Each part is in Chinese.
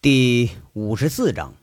第54章。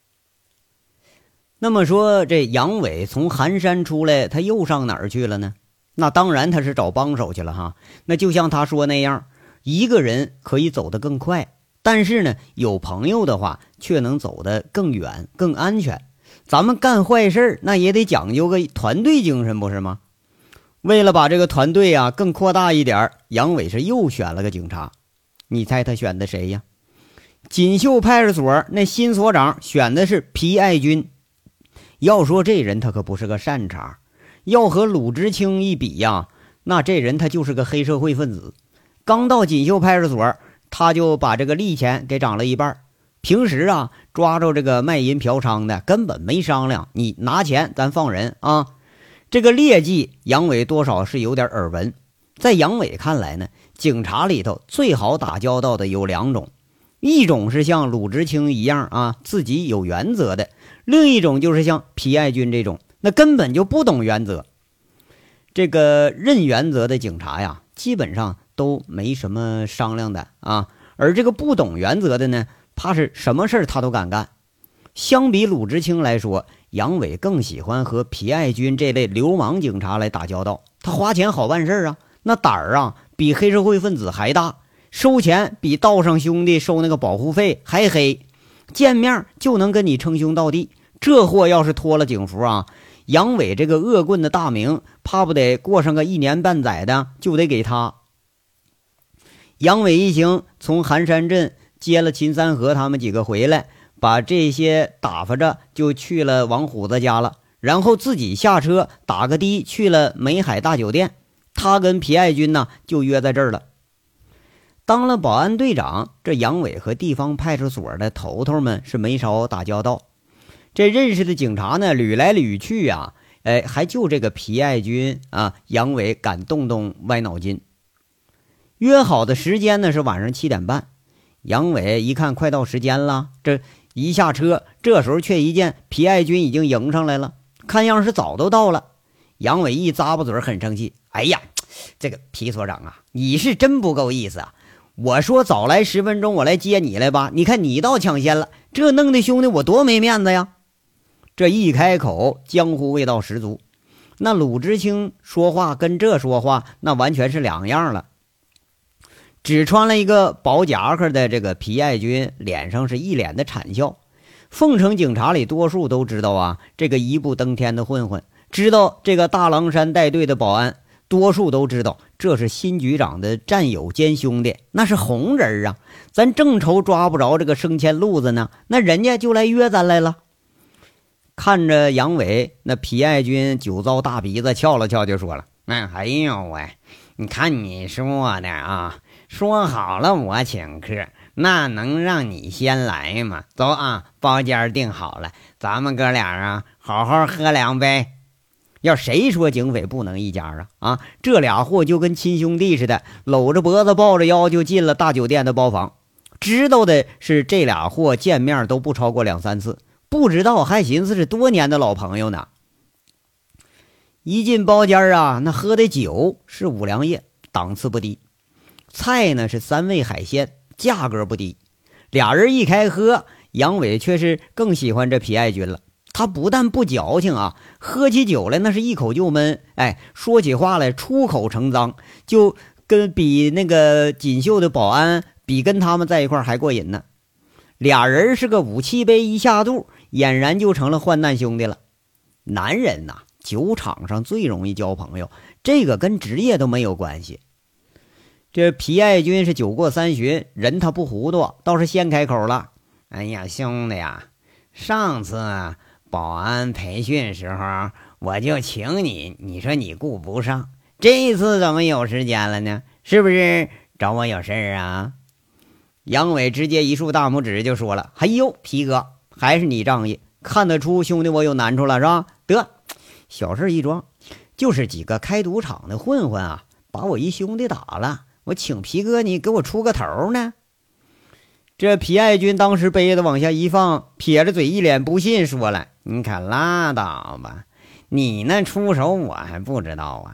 那么说这杨伟从寒山出来，他又上哪儿去了呢？那当然他是找帮手去了哈。那就像他说那样，一个人可以走得更快，但是呢有朋友的话却能走得更远更安全。咱们干坏事那也得讲究个团队精神，不是吗？为了把这个团队啊更扩大一点，杨伟是又选了个警察。你猜他选的谁呀？锦绣派出所那新所长选的是皮爱军。要说这人他可不是个善茬，要和鲁智青一比呀，那这人他就是个黑社会分子。刚到锦绣派出所，他就把这个利钱给涨了一半。平时啊抓着这个卖淫嫖娼的根本没商量，你拿钱咱放人啊。这个劣迹杨伟多少是有点耳闻。在杨伟看来呢，警察里头最好打交道的有两种，一种是像鲁智青一样啊自己有原则的，另一种就是像皮爱军这种那根本就不懂原则。这个认原则的警察呀基本上都没什么商量的啊，而这个不懂原则的呢，怕是什么事他都敢干。相比鲁智青来说，杨伟更喜欢和皮爱军这类流氓警察来打交道，他花钱好办事啊，那胆儿啊比黑社会分子还大，收钱比道上兄弟收那个保护费还黑，见面就能跟你称兄道弟。这货要是脱了警服啊，杨伟这个恶棍的大名怕不得过上个1年半载的就得给他。杨伟一行从寒山镇接了秦三河他们几个回来，把这些打发着就去了王虎子家了，然后自己下车打个的去了美海大酒店。他跟皮爱军呢就约在这儿了。当了保安队长，这杨伟和地方派出所的头头们是没少打交道。这认识的警察呢捋来捋去啊，还就这个皮爱军啊，杨伟敢动动歪脑筋。约好的时间呢是晚上7点半。杨伟一看快到时间了，这一下车，这时候却一见皮爱军已经迎上来了，看样是早都到了。杨伟一咂巴嘴很生气，哎呀，这个皮所长啊，你是真不够意思啊！我说早来10分钟我来接你来吧，你看你倒抢先了，这弄得兄弟我多没面子呀！这一开口江湖味道十足。那鲁智青说话跟这说话那完全是两样了。只穿了一个薄夹克的这个皮爱军脸上是一脸的惨笑。凤城警察里多数都知道啊，这个一步登天的混混，知道这个大狼山带队的保安，多数都知道这是新局长的战友兼兄弟，那是红人啊。咱正愁抓不着这个升迁路子呢，那人家就来约咱来了。看着杨伟，那皮爱军酒糟大鼻子翘了翘就说了，哎呦喂，你看你说的啊，说好了我请客，那能让你先来吗？走啊，包间订好了，咱们哥俩啊好好喝2杯。要谁说警匪不能一家啊，这俩货就跟亲兄弟似的，搂着脖子抱着腰就进了大酒店的包房。知道的是这俩货见面都不超过2-3次，不知道还寻思是多年的老朋友呢。一进包间啊，那喝的酒是五粮液，档次不低，菜呢是3味海鲜，价格不低。俩人一开喝，杨伟却是更喜欢这皮爱军了。他不但不矫情啊，喝起酒来那是一口就闷，说起话来出口成脏，就跟比那个锦绣的保安比跟他们在一块还过瘾呢。俩人是个武器杯一下肚，俨然就成了患难兄弟了。男人呐，酒场上最容易交朋友，这个跟职业都没有关系。这皮爱军是酒过3巡，人他不糊涂，倒是先开口了。哎呀，兄弟呀，上次保安培训时候我就请你，你说你顾不上，这一次怎么有时间了呢？是不是找我有事啊？杨伟直接一竖大拇指就说了，哎呦，皮哥还是你仗义，看得出兄弟我有难处了是吧？得，小事一桩，就是几个开赌场的混混啊，把我一兄弟打了，我请皮哥你给我出个头呢。这皮爱军当时杯子往下一放，撇着嘴一脸不信说了，你可拉倒吧，你那出手我还不知道啊，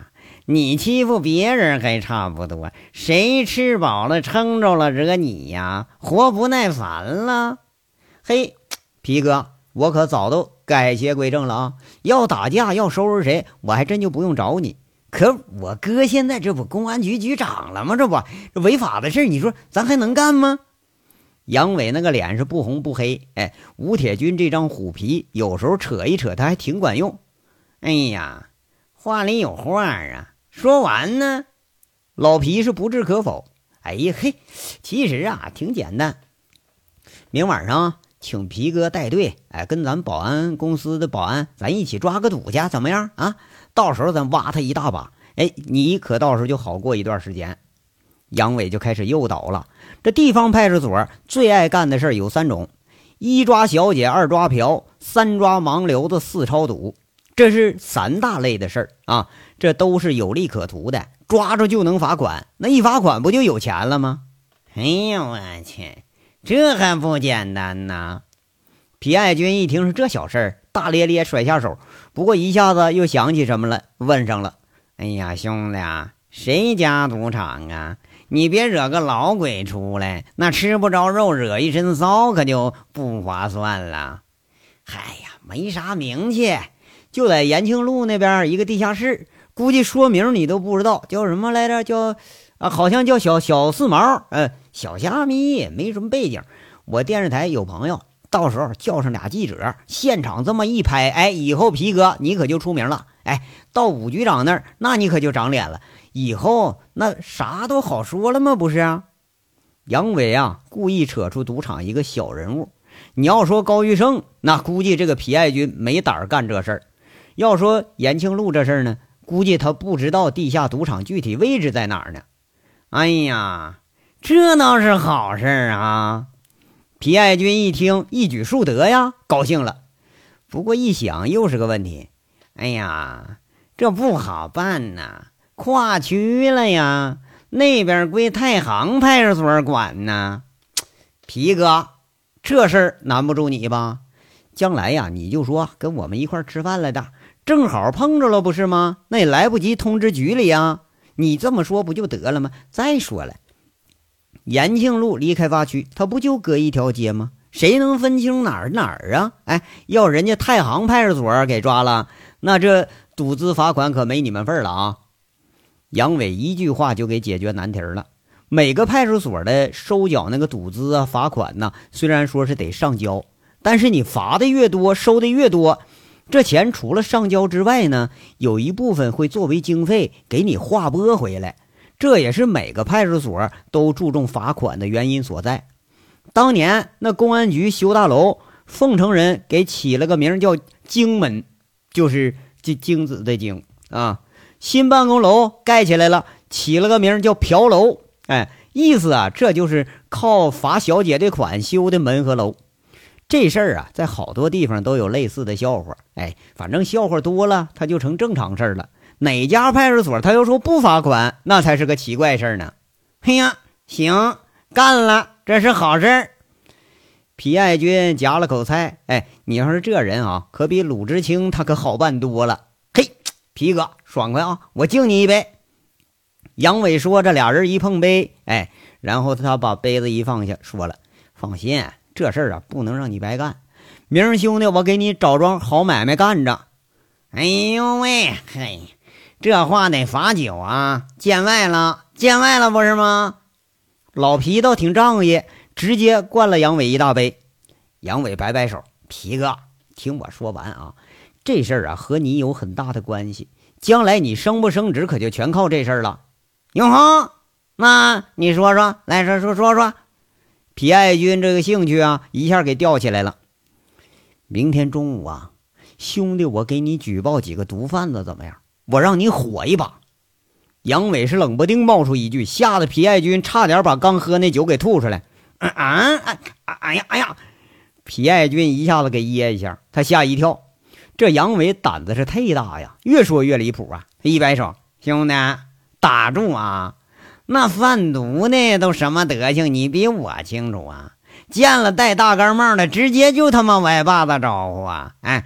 你欺负别人还差不多，谁吃饱了撑着了惹你呀？活不耐烦了？ 嘿，皮哥，我可早都改邪归正了啊！要打架要收拾谁，我还真就不用找你。可我哥现在这不公安局局长了吗？这违法的事，你说咱还能干吗？杨伟那个脸是不红不黑，吴铁军这张虎皮有时候扯一扯他还挺管用。 哎呀，话里有话啊，说完呢。 老皮是不置可否。哎呀嘿，其实啊挺简单，明晚上请皮哥带队，跟咱保安公司的保安咱一起抓个赌去，怎么样啊？到时候咱挖他一大把，你可到时候就好过一段时间。杨伟就开始诱导了，这地方派出所最爱干的事儿有3种：一抓小姐，二抓嫖，三抓盲流子，四超赌。这是3大类的事儿啊，这都是有利可图的，抓住就能罚款，那一罚款不就有钱了吗？ 哎呦我去，这还不简单呐！ 皮爱军一听是这小事儿，大咧咧甩下手，不过一下子又想起什么了，问上了： 哎呀兄弟啊，谁家赌场啊？你别惹个老鬼出来，那吃不着肉惹一身骚可就不划算了。 哎呀，没啥名气，就在延庆路那边一个地下室，估计说名你都不知道，叫什么来着？叫好像叫小四毛，小虾米，没什么背景。我电视台有朋友，到时候叫上俩记者，现场这么一拍，以后皮哥你可就出名了。到武局长那儿，那你可就长脸了，以后那啥都好说了吗？不是啊？杨伟啊，故意扯出赌场一个小人物。你要说高玉胜，那估计这个皮爱军没胆干这事儿。要说延庆路这事儿呢，估计他不知道地下赌场具体位置在哪儿呢。 哎呀，这倒是好事啊！ 皮爱军一听，一举数得呀，高兴了。不过一想又是个问题， 哎呀，这不好办呐，跨区了呀，那边归太行派出所管呢。 皮哥，这事儿难不住你吧？将来呀，你就说跟我们一块吃饭来的，正好碰着了不是吗？那也来不及通知局里呀，你这么说不就得了吗？再说了，延庆路离开发区，它不就隔一条街吗？谁能分清哪儿啊？要人家太行派出所给抓了，那这赌资罚款可没你们份了啊！杨伟一句话就给解决难题了。每个派出所的收缴那个赌资啊、罚款呢，虽然说是得上交，但是你罚的越多，收的越多，这钱除了上交之外呢，有一部分会作为经费给你划拨回来。这也是每个派出所都注重罚款的原因所在。当年那公安局修大楼，凤城人给起了个名叫京门，就是京子的京啊。新办公楼盖起来了，起了个名叫嫖楼，意思啊，这就是靠罚小姐的款修的门和楼。这事儿啊，在好多地方都有类似的笑话，反正笑话多了，它就成正常事儿了。哪家派出所他要说不罚款，那才是个奇怪事儿呢。 嘿呀，行，干了，这是好事儿。 皮爱军夹了口菜，你要是这人啊，可比鲁智青他可好办多了。嘿，皮哥，爽快啊，我敬你一杯。杨伟说着，俩人一碰杯，然后他把杯子一放下，说了：放心，这事儿啊不能让你白干，明儿兄弟我给你找桩好买卖干着。 哎呦喂，嘿，这话得罚酒啊，见外了不是吗？ 老皮倒挺仗义，直接灌了杨伟一大杯。杨伟摆摆手：皮哥，听我说完啊，这事儿啊和你有很大的关系，将来你升不升职可就全靠这事儿了。 哟呵，那你说说，来说。 皮爱军这个兴趣啊一下给吊起来了。明天中午啊，兄弟我给你举报几个毒贩子怎么样？我让你火一把。杨伟是冷不丁冒出一句，吓得皮爱军差点把刚喝那酒给吐出来。 哎呀！ 皮爱军一下子给噎一下，他吓一跳。这杨伟胆子是忒大呀，越说越离谱啊！一摆手：兄弟，打住啊！那贩毒的都什么德行，你比我清楚啊！见了戴大盖帽的，直接就他妈歪把子招呼啊！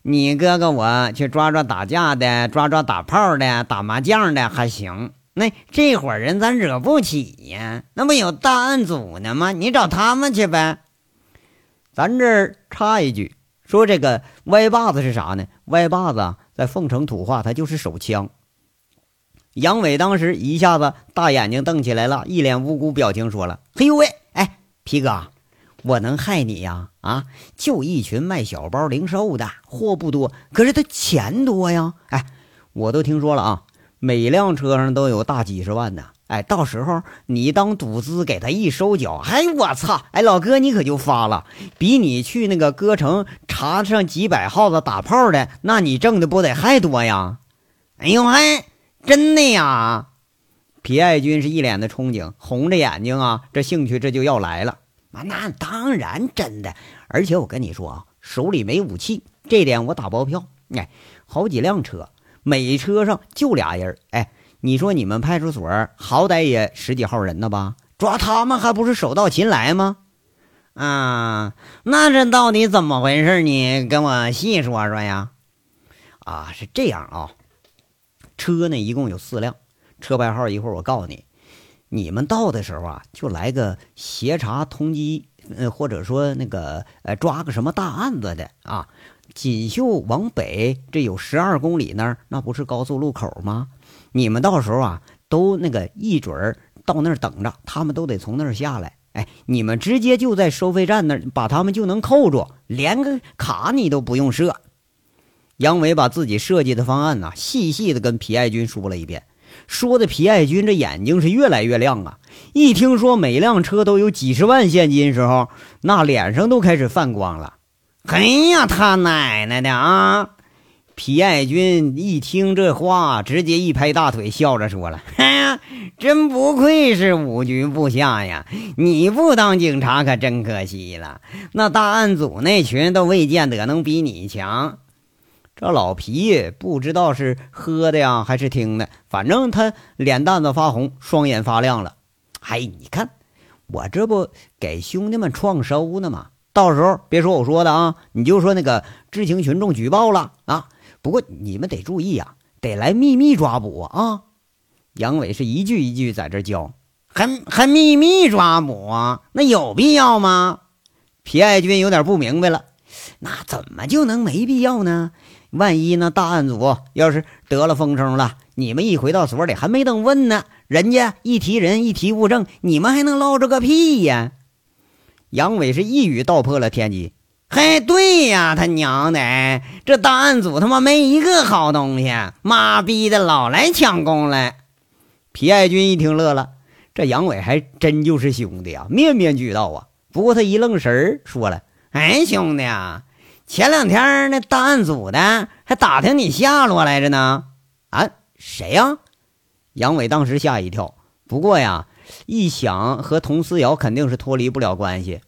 你哥哥我去抓打架的，抓打炮的，打麻将的还行，那这伙人咱惹不起呀，那不有大案组呢吗？你找他们去呗。 咱这儿插一句，说这个歪把子是啥呢？歪把子在凤城土话，它就是手枪。杨伟当时一下子大眼睛瞪起来了，一脸无辜表情，说了：“嘿呦喂，哎，皮哥，我能害你呀？啊，就一群卖小包零售的，货不多，可是他钱多呀。哎，我都听说了啊，每辆车上都有大几十万呢。哎，到时候你当赌资给他一收缴，哎，我操！哎，老哥你可就发了，比你去那个歌城查上几百号子打炮的，那你挣的不得还多呀？ 哎呦嘿！真的呀！ 皮爱军是一脸的憧憬，红着眼睛啊，这兴趣这就要来了。那当然真的，而且我跟你说啊，手里没武器，这点我打包票。哎，好几辆车，每车上就俩人。哎，你说你们派出所好歹也10几号人呢吧？抓他们还不是手到擒来吗？ 啊，那这到底怎么回事？你跟我细说说呀。 啊，是这样啊。车呢一共有4辆，车牌号一会儿我告诉你。你们到的时候啊，就来个协查通缉，或者说那个抓个什么大案子的啊。锦绣往北这有12公里那儿，那不是高速路口吗？你们到时候啊，都那个一准儿到那儿等着，他们都得从那儿下来。哎，你们直接就在收费站那儿把他们就能扣住，连个卡你都不用设。杨伟把自己设计的方案呢，细细的跟皮爱军说了一遍，说的皮爱军这眼睛是越来越亮啊！一听说每辆车都有几十万现金时候，那脸上都开始泛光了。 哎呀，他奶奶的啊！ 皮爱军一听这话，直接一拍大腿，笑着说了：“ 哎呀，真不愧是5局部下呀！你不当警察可真可惜了，那大案组那群都未见得能比你强。” 这老皮不知道是喝的呀还是听的，反正他脸蛋子发红，双眼发亮了。哎，你看我这不给兄弟们创收呢吗？到时候别说我说的啊，你就说那个知情群众举报了啊。不过你们得注意啊，得来秘密抓捕啊。杨伟是一句一句在这教， 还秘密抓捕啊？那有必要吗？ 皮爱军有点不明白了，那怎么就能没必要呢？万一呢，大案组要是得了风声了，你们一回到所里还没等问呢，人家一提人一提物证，你们还能捞着个屁呀？杨伟是一语道破了天机。 嘿，对呀，他娘的，这大案组他妈没一个好东西，妈逼的老来抢功来。 皮爱军一听乐了，这杨伟还真就是兄弟啊，面面俱到啊。不过他一愣神儿，说了：“ 哎，兄弟啊，前2天那大案组的还打听你下落来着呢。” 啊，谁呀？杨伟当时吓一跳，不过呀，一想和佟思瑶肯定是脱离不了关系。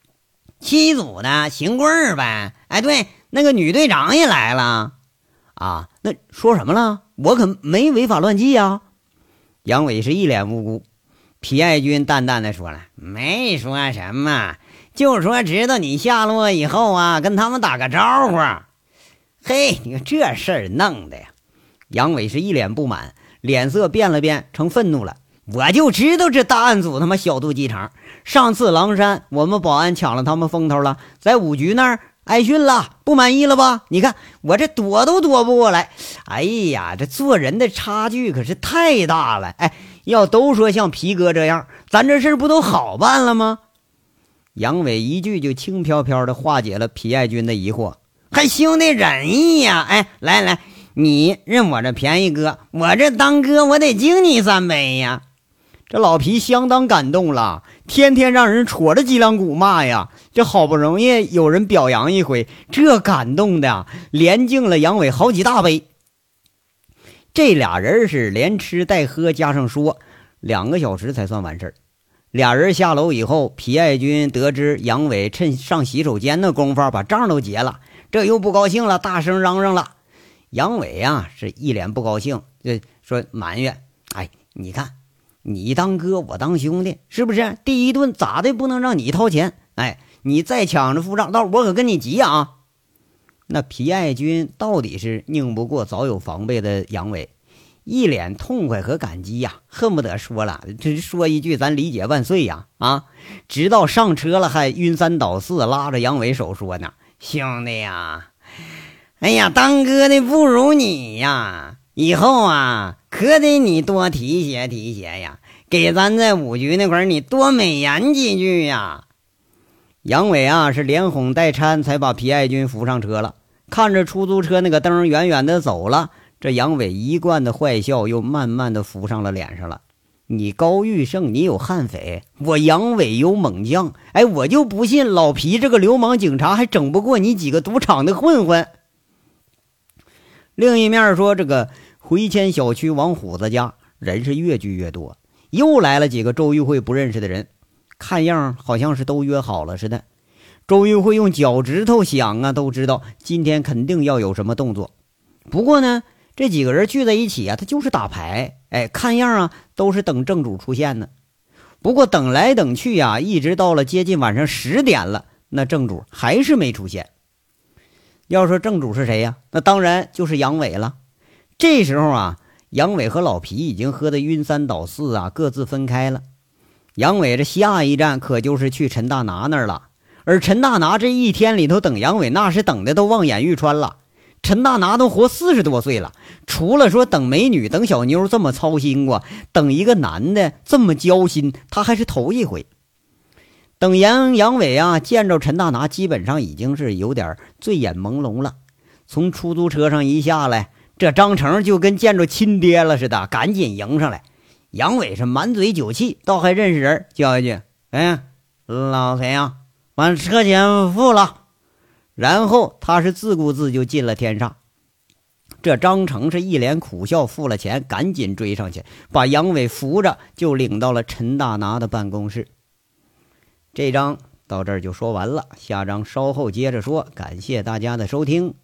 7组的邢贵儿呗。哎，对，那个女队长也来了。 啊，那说什么了？我可没违法乱纪啊。杨伟是一脸无辜。 皮爱军淡淡的说了：“没说什么，就说知道你下落以后啊，跟他们打个招呼。” 嘿，你看这事儿弄的呀！杨伟是一脸不满，脸色变了变，成愤怒了。我就知道这大案组他妈小肚鸡肠。上次狼山我们保安抢了他们风头了，在5局那儿挨训了，不满意了吧？你看我这躲都躲不过来。哎呀，这做人的差距可是太大了。哎，要都说像皮哥这样，咱这事不都好办了吗？杨伟一句就轻飘飘的化解了皮爱军的疑惑。 还兄弟仁义呀！哎，来，你认我这便宜哥，我这当哥我得敬你3杯呀。 这老皮相当感动了，天天让人戳着脊梁骨骂呀，这好不容易有人表扬一回，这感动的呀，连敬了杨伟好几大杯。这俩人是连吃带喝加上说，2个小时才算完事儿。俩人下楼以后，皮爱军得知杨伟趁上洗手间的功夫把账都结了，这又不高兴了，大声嚷嚷了。杨伟啊是一脸不高兴，就说埋怨：“哎，你看你当哥我当兄弟，是不是？第一顿咋的不能让你掏钱？哎，你再抢着付账，到时候我可跟你急啊！” 那皮爱军到底是拧不过早有防备的杨伟，一脸痛快和感激呀，恨不得说了，这说一句咱理解万岁呀啊！直到上车了还晕三倒四，拉着杨伟手说呢：“兄弟呀，哎呀，当哥的不如你呀，以后啊可得你多提携提携呀，给咱在五局那块儿你多美言几句呀。”杨伟啊是连哄带搀才把皮爱军扶上车了，看着出租车那个灯远远的走了，这杨伟一贯的坏笑又慢慢的浮上了脸上了。你高玉胜，你有悍匪，我杨伟有猛将，哎，我就不信老皮这个流氓警察还整不过你几个赌场的混混。另一面说，这个回迁小区王虎子家人是越聚越多，又来了几个周玉慧不认识的人，看样好像是都约好了似的。周玉慧用脚趾头想啊，都知道今天肯定要有什么动作。不过呢，这几个人聚在一起啊，他就是打牌，哎，看样啊都是等正主出现呢。不过等来等去啊，一直到了接近晚上10点了，那正主还是没出现。要说正主是谁呀？那当然就是杨伟了。这时候啊，杨伟和老皮已经喝得晕三倒四啊，各自分开了。杨伟这下一站可就是去陈大拿那儿了，而陈大拿这一天里头等杨伟那是等的都望眼欲穿了。陈大拿都活40多岁了，除了说等美女等小妞这么操心过，等一个男的这么交心他还是头一回。等杨伟啊见着陈大拿，基本上已经是有点醉眼朦胧了。从出租车上一下来，这张成就跟见着亲爹了似的，赶紧迎上来。杨伟是满嘴酒气，倒还认识人，叫一句：“哎，老裴啊，把车钱付了。”然后他是自顾自就进了天煞。这张成是一脸苦笑，付了钱赶紧追上去，把杨伟扶着就领到了陈大拿的办公室。这章到这儿就说完了，下章稍后接着说。感谢大家的收听。